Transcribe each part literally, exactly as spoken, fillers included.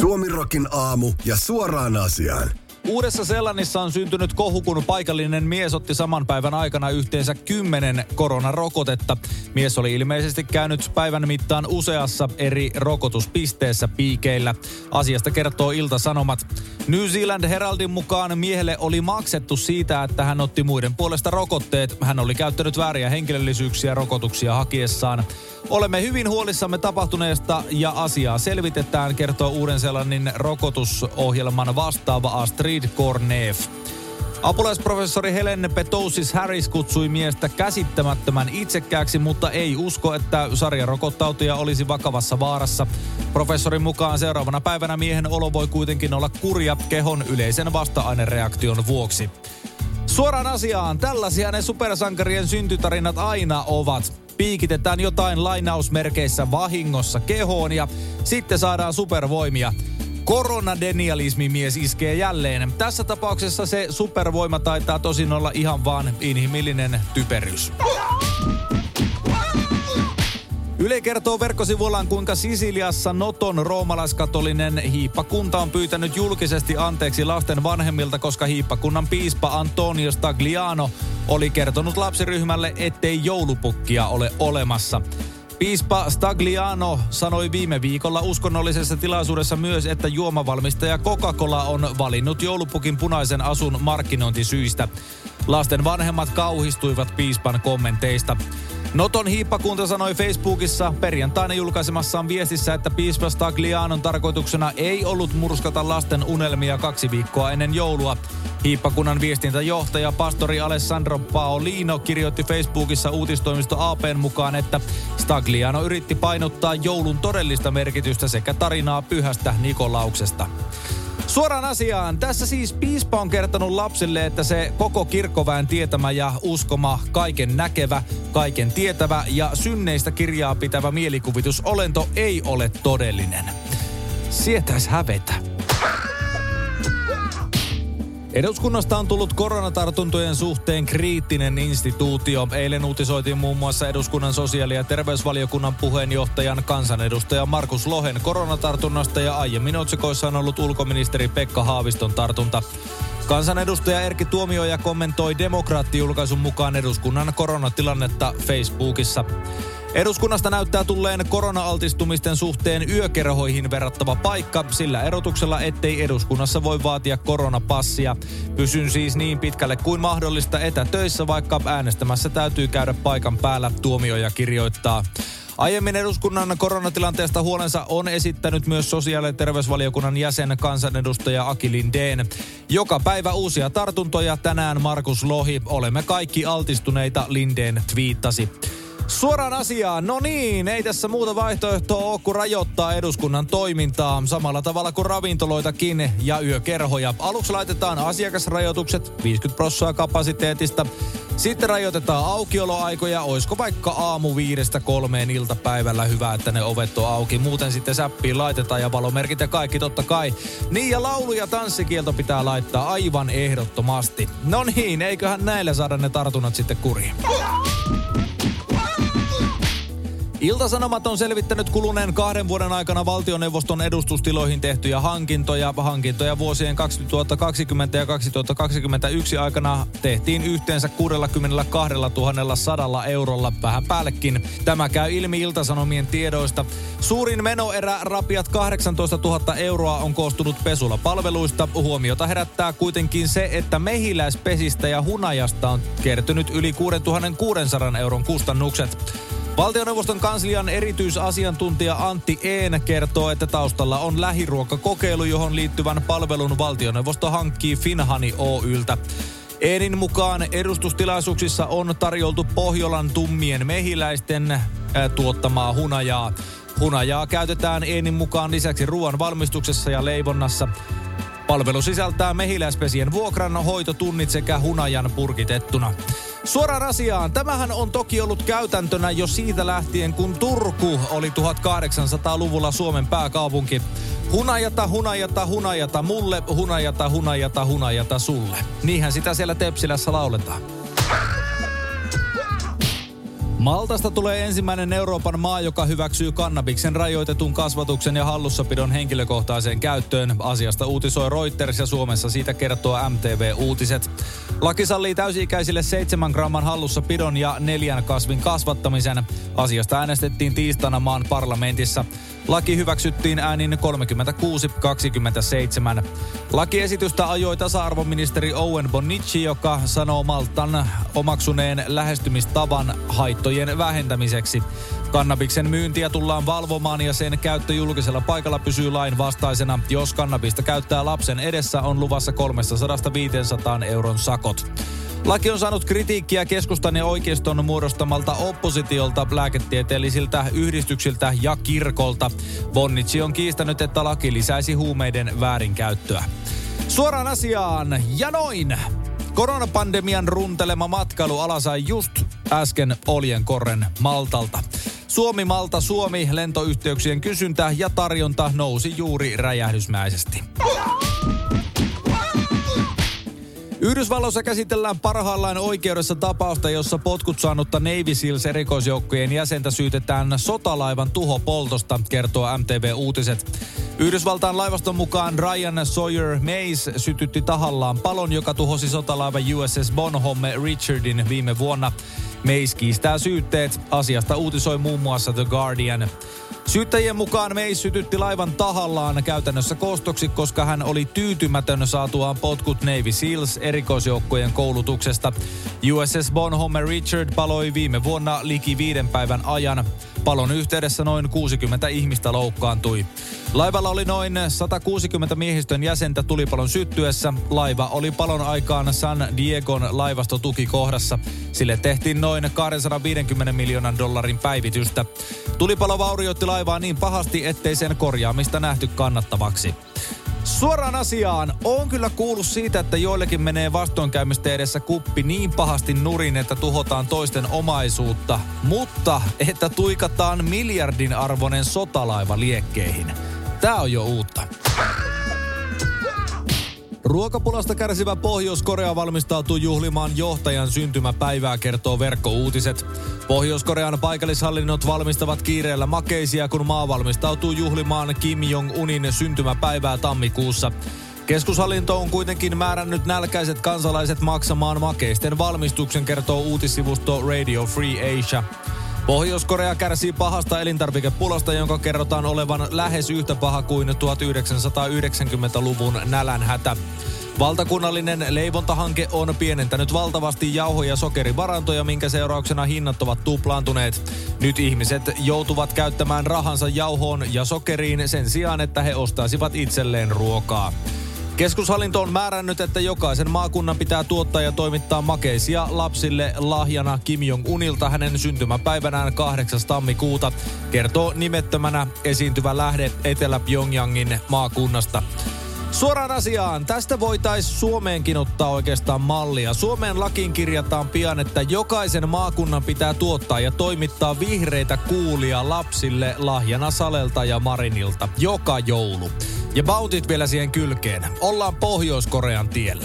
Suomirokin aamu ja suoraan asiaan. Uudessa-Seelannissa on syntynyt kohu, kun paikallinen mies otti saman päivän aikana yhteensä kymmenen koronarokotetta. Mies oli ilmeisesti käynyt päivän mittaan useassa eri rokotuspisteessä piikeillä. Asiasta kertoo Ilta-Sanomat. New Zealand Heraldin mukaan miehelle oli maksettu siitä, että hän otti muiden puolesta rokotteet. Hän oli käyttänyt vääriä henkilöllisyyksiä rokotuksia hakiessaan. Olemme hyvin huolissamme tapahtuneesta ja asiaa selvitetään, kertoo Uuden-Seelannin rokotusohjelman vastaava Astrid Korneef. Apulaisprofessori Helen Petousis-Harris kutsui miestä käsittämättömän itsekkääksi, mutta ei usko, että sarjarokottautuja olisi vakavassa vaarassa. Professorin mukaan seuraavana päivänä miehen olo voi kuitenkin olla kurja kehon yleisen vasta-ainereaktion vuoksi. Suoraan asiaan, tällaisia ne supersankarien syntytarinat aina ovat. Piikitetään jotain lainausmerkeissä vahingossa kehoon ja sitten saadaan supervoimia. Koronadenialismimies iskee jälleen. Tässä tapauksessa se supervoima taitaa tosin olla ihan vaan inhimillinen typerys. Yle kertoo verkkosivullaan, kuinka Sisiliassa Noton roomalaiskatolinen hiippakunta on pyytänyt julkisesti anteeksi lasten vanhemmilta, koska hiippakunnan piispa Antonio Stagliano oli kertonut lapsiryhmälle, ettei joulupukkia ole olemassa. Piispa Stagliano sanoi viime viikolla uskonnollisessa tilaisuudessa myös, että juomavalmistaja Coca-Cola on valinnut joulupukin punaisen asun markkinointisyistä. Lasten vanhemmat kauhistuivat piispan kommenteista. Noton hiippakunta sanoi Facebookissa perjantaina julkaisemassaan viestissä, että piispa Staglianon tarkoituksena ei ollut murskata lasten unelmia kaksi viikkoa ennen joulua. Hiippakunnan viestintäjohtaja pastori Alessandro Paolino kirjoitti Facebookissa uutistoimisto A P:n mukaan, että Stagliano yritti painottaa joulun todellista merkitystä sekä tarinaa pyhästä Nikolauksesta. Suoraan asiaan. Tässä siis piispa on kertonut lapsille, että se koko kirkkoväen tietämä ja uskoma, kaiken näkevä, kaiken tietävä ja synneistä kirjaa pitävä mielikuvitusolento ei ole todellinen. Sietäis hävetä. Eduskunnasta on tullut koronatartuntojen suhteen kriittinen instituutio. Eilen uutisoitiin muun muassa eduskunnan sosiaali- ja terveysvaliokunnan puheenjohtajan kansanedustaja Markus Lohen koronatartunnasta ja aiemmin otsikoissa on ollut ulkoministeri Pekka Haaviston tartunta. Kansanedustaja Erkki Tuomioja kommentoi Demokraatti-julkaisun mukaan eduskunnan koronatilannetta Facebookissa. Eduskunnasta näyttää tulleen korona-altistumisten suhteen yökerhoihin verrattava paikka, sillä erotuksella ettei eduskunnassa voi vaatia koronapassia. Pysyn siis niin pitkälle kuin mahdollista etätöissä, vaikka äänestämässä täytyy käydä paikan päällä, Tuomioja kirjoittaa. Aiemmin eduskunnan koronatilanteesta huolensa on esittänyt myös sosiaali- ja terveysvaliokunnan jäsen kansanedustaja Aki Lindén. Joka päivä uusia tartuntoja, tänään Markus Lohi. Olemme kaikki altistuneita, Lindén twiittasi. Suoraan asiaan. No niin, ei tässä muuta vaihtoehtoa ole kuin rajoittaa eduskunnan toimintaa samalla tavalla kuin ravintoloitakin ja yökerhoja. Aluksi laitetaan asiakasrajoitukset viisikymmentä prosenttia kapasiteetista. Sitten rajoitetaan aukioloaikoja. Oisko vaikka aamu viidestä kolmeen iltapäivällä, hyvä, että ne ovet on auki. Muuten sitten säppiin laitetaan ja valomerkit ja kaikki totta kai. Niin, ja laulu- ja tanssikielto pitää laittaa aivan ehdottomasti. No niin, eiköhän näillä saada ne tartunnat sitten kuriin. Ilta-Sanomat on selvittänyt kuluneen kahden vuoden aikana valtioneuvoston edustustiloihin tehtyjä hankintoja. Hankintoja vuosien kaksituhattakaksikymmentä ja kaksituhattakaksikymmentäyksi aikana tehtiin yhteensä kuusikymmentäkaksituhatta sata eurolla, vähän päällekin. Tämä käy ilmi Ilta-Sanomien tiedoista. Suurin menoerä, rapiat kahdeksantoistatuhatta euroa, on koostunut pesulapalveluista. Huomiota herättää kuitenkin se, että mehiläispesistä ja hunajasta on kertynyt yli kuusituhattakuusisataa euron kustannukset. Valtioneuvoston kanslian erityisasiantuntija Antti Een kertoo, että taustalla on lähiruokakokeilu, johon liittyvän palvelun valtioneuvosto hankkii Finhani Oy:ltä. Eenin mukaan edustustilaisuuksissa on tarjoltu Pohjolan tummien mehiläisten äh, tuottamaa hunajaa. Hunajaa käytetään Eenin mukaan lisäksi ruoan valmistuksessa ja leivonnassa. Palvelu sisältää mehiläispesien vuokran, hoitotunnit sekä hunajan purkitettuna. Suoraan asiaan. Tämähän on toki ollut käytäntönä jo siitä lähtien, kun Turku oli tuhatkahdeksansataaluvulla Suomen pääkaupunki. Hunajata, hunajata, hunajata mulle, hunajata, hunajata, hunajata sulle. Niinhän sitä siellä Tepsilässä lauletaan. Maltasta tulee ensimmäinen Euroopan maa, joka hyväksyy kannabiksen rajoitetun kasvatuksen ja hallussapidon henkilökohtaiseen käyttöön. Asiasta uutisoi Reuters ja Suomessa siitä kertoo M T V Uutiset. Laki sallii täysi-ikäisille seitsemän gramman hallussapidon ja neljän kasvin kasvattamisen. Asiasta äänestettiin tiistaina maan parlamentissa. Laki hyväksyttiin äänin kolmekymmentäkuusi kaksikymmentäseitsemän. Lakiesitystä ajoi tasa-arvoministeri Owen Bonnici, joka sanoo Maltan omaksuneen lähestymistavan haittojen vähentämiseksi. Kannabiksen myyntiä tullaan valvomaan ja sen käyttö julkisella paikalla pysyy lain vastaisena. Jos kannabista käyttää lapsen edessä, on luvassa kolmestasadasta viiteensataan euron sakot. Laki on saanut kritiikkiä keskustan ja oikeiston muodostamalta oppositiolta, lääketieteellisiltä yhdistyksiltä ja kirkolta. Bonnici on kiistänyt, että laki lisäisi huumeiden väärinkäyttöä. Suoraan asiaan ja noin! Koronapandemian runtelema matkailuala sai just äsken oljenkorren Maltalta. Suomi-Malta-Suomi lentoyhteyksien kysyntä ja tarjonta nousi juuri räjähdysmäisesti. Yhdysvalloissa käsitellään parhaillaan oikeudessa tapausta, jossa potkut saanutta Navy Seals erikoisjoukkojen jäsentä syytetään sotalaivan tuhopoltosta, kertoo M T V Uutiset. Yhdysvaltain laivaston mukaan Ryan Sawyer Mays sytytti tahallaan palon, joka tuhosi sotalaiva U S S Bonhomme Richardin viime vuonna. Mays kiistää syytteet. Asiasta uutisoi muun muassa The Guardian. Syyttäjien mukaan Mays sytytti laivan tahallaan käytännössä kostoksi, koska hän oli tyytymätön saatuaan potkut Navy Seals erikoisjoukkojen koulutuksesta. U S S Bonhomme Richard paloi viime vuonna liki viiden päivän ajan. Palon yhteydessä noin kuusikymmentä ihmistä loukkaantui. Laivalla oli noin sata kuusikymmentä miehistön jäsentä tulipalon syttyessä. Laiva oli palon aikaan San Diegon laivastotukikohdassa. Sille tehtiin noin kaksisataaviisikymmentä miljoonan dollarin päivitystä. Tulipalo vaurioitti laivaa niin pahasti, ettei sen korjaamista nähty kannattavaksi. Suoraan asiaan, on kyllä kuullut siitä, että joillekin menee vastoinkäymistä edessä kuppi niin pahasti nurin, että tuhotaan toisten omaisuutta, mutta että tuikataan miljardin arvoinen sotalaiva liekkeihin. Tää on jo uutta. Ruokapulasta kärsivä Pohjois-Korea valmistautuu juhlimaan johtajan syntymäpäivää, kertoo Verkkouutiset. Pohjois-Korean paikallishallinnot valmistavat kiireellä makeisia, kun maa valmistautuu juhlimaan Kim Jong-unin syntymäpäivää tammikuussa. Keskushallinto on kuitenkin määrännyt nälkäiset kansalaiset maksamaan makeisten valmistuksen, kertoo uutissivusto Radio Free Asia. Pohjois-Korea kärsii pahasta elintarvikepulasta, jonka kerrotaan olevan lähes yhtä paha kuin tuhatyhdeksänsataayhdeksänkymmentäluvun nälänhätä. Valtakunnallinen leivontahanke on pienentänyt valtavasti jauho- ja sokerivarantoja, minkä seurauksena hinnat ovat tuplaantuneet. Nyt ihmiset joutuvat käyttämään rahansa jauhoon ja sokeriin sen sijaan, että he ostaisivat itselleen ruokaa. Keskushallinto on määrännyt, että jokaisen maakunnan pitää tuottaa ja toimittaa makeisia lapsille lahjana Kim Jong-unilta hänen syntymäpäivänään kahdeksas tammikuuta, kertoo nimettömänä esiintyvä lähde Etelä-Pyongyangin maakunnasta. Suoraan asiaan, tästä voitaisiin Suomeenkin ottaa oikeastaan mallia. Suomeen lakiin kirjataan pian, että jokaisen maakunnan pitää tuottaa ja toimittaa vihreitä kuulia lapsille lahjana Salelta ja Marinilta joka joulu. Ja bautit vielä siihen kylkeen. Ollaan Pohjois-Korean tiellä.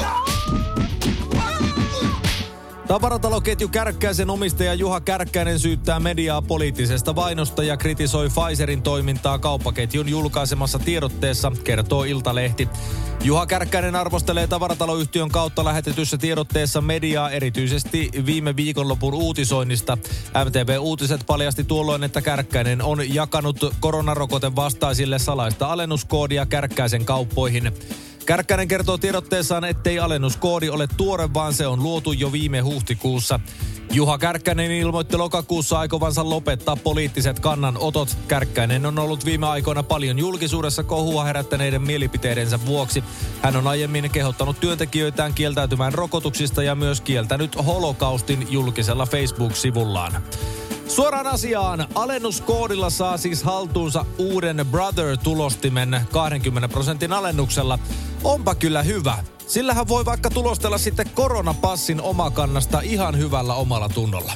Tavarataloketju Kärkkäisen omistaja Juha Kärkkäinen syyttää mediaa poliittisesta vainosta ja kritisoi Pfizerin toimintaa kauppaketjun julkaisemassa tiedotteessa, kertoo Iltalehti. Juha Kärkkäinen arvostelee tavarataloyhtiön kautta lähetetyssä tiedotteessa mediaa erityisesti viime viikonlopun uutisoinnista. M T V Uutiset paljasti tuolloin, että Kärkkäinen on jakanut koronarokoten vastaisille salaista alennuskoodia Kärkkäisen kauppoihin. Kärkkäinen kertoo tiedotteessaan, ettei alennuskoodi ole tuore, vaan se on luotu jo viime huhtikuussa. Juha Kärkkäinen ilmoitti lokakuussa aikovansa lopettaa poliittiset kannanotot. Kärkkäinen on ollut viime aikoina paljon julkisuudessa kohua herättäneiden mielipiteidensä vuoksi. Hän on aiemmin kehottanut työntekijöitään kieltäytymään rokotuksista ja myös kieltänyt holokaustin julkisella Facebook-sivullaan. Suoraan asiaan, alennuskoodilla saa siis haltuunsa uuden Brother-tulostimen kaksikymmentä prosentin alennuksella. Onpa kyllä hyvä. Sillähän voi vaikka tulostella sitten koronapassin omakannasta ihan hyvällä omalla tunnolla.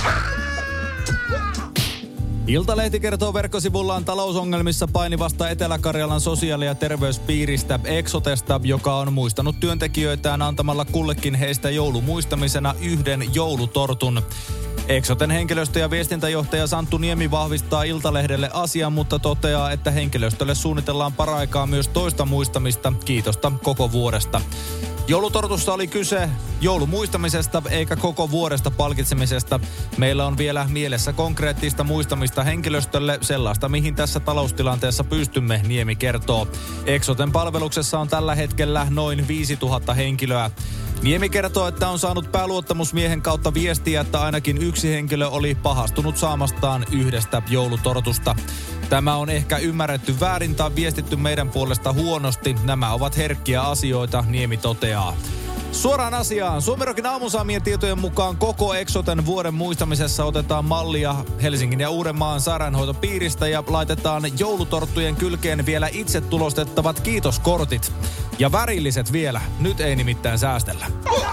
Iltalehti kertoo verkkosivullaan talousongelmissa painivasta Etelä-Karjalan sosiaali- ja terveyspiiristä Exotesta, joka on muistanut työntekijöitään antamalla kullekin heistä joulumuistamisena yhden joulutortun. Eksoten henkilöstö- ja viestintäjohtaja Santtu Niemi vahvistaa Iltalehdelle asian, mutta toteaa, että henkilöstölle suunnitellaan paraikaa myös toista muistamista, kiitosta koko vuodesta. Joulutortussa oli kyse joulumuistamisesta eikä koko vuodesta palkitsemisesta. Meillä on vielä mielessä konkreettista muistamista henkilöstölle, sellaista mihin tässä taloustilanteessa pystymme, Niemi kertoo. Eksoten palveluksessa on tällä hetkellä noin viisituhatta henkilöä. Niemi kertoo, että on saanut pääluottamusmiehen kautta viestiä, että ainakin yksi henkilö oli pahastunut saamastaan yhdestä joulutortusta. Tämä on ehkä ymmärretty väärin tai viestitty meidän puolesta huonosti. Nämä ovat herkkiä asioita, Niemi toteaa. Suoraan asiaan. Suomirokin aamusaamien tietojen mukaan koko Eksoten vuoden muistamisessa otetaan mallia Helsingin ja Uudenmaan sairaanhoitopiiristä ja laitetaan joulutorttujen kylkeen vielä itse tulostettavat kiitoskortit. Ja värilliset vielä. Nyt ei nimittäin säästellä.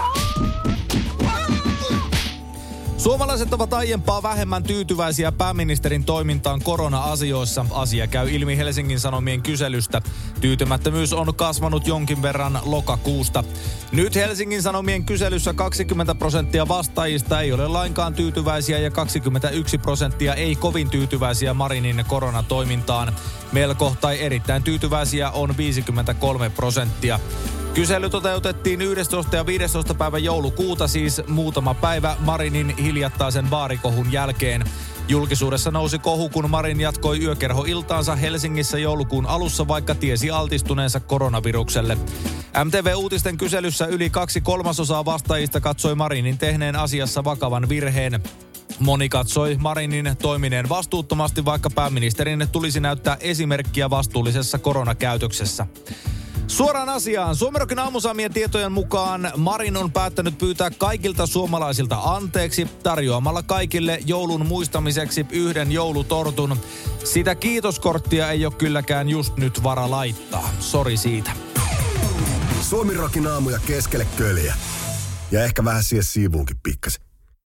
Suomalaiset ovat aiempaa vähemmän tyytyväisiä pääministerin toimintaan korona-asioissa. Asia käy ilmi Helsingin Sanomien kyselystä. Tyytymättömyys on kasvanut jonkin verran lokakuusta. Nyt Helsingin Sanomien kyselyssä kaksikymmentä prosenttia vastaajista ei ole lainkaan tyytyväisiä ja kaksikymmentäyksi prosenttia ei kovin tyytyväisiä Marinin koronatoimintaan. Melko tai erittäin tyytyväisiä on viisikymmentäkolme prosenttia. Kysely toteutettiin yhdestoista ja viidestoista päivä joulukuuta, siis muutama päivä Marinin hiljattaisen baarikohun jälkeen. Julkisuudessa nousi kohu, kun Marin jatkoi yökerhoiltaansa Helsingissä joulukuun alussa, vaikka tiesi altistuneensa koronavirukselle. M T V-uutisten kyselyssä yli kaksi kolmasosaa vastaajista katsoi Marinin tehneen asiassa vakavan virheen. Moni katsoi Marinin toimineen vastuuttomasti, vaikka pääministerin tulisi näyttää esimerkkiä vastuullisessa koronakäytöksessä. Suoraan asiaan. Suomirokin aamusaamien tietojen mukaan Marin on päättänyt pyytää kaikilta suomalaisilta anteeksi tarjoamalla kaikille joulun muistamiseksi yhden joulutortun. Sitä kiitoskorttia ei ole kylläkään just nyt vara laittaa. Sori siitä. Suomirokin aamuja keskelle köljä. Ja ehkä vähän siihen siivuunkin pikkasen.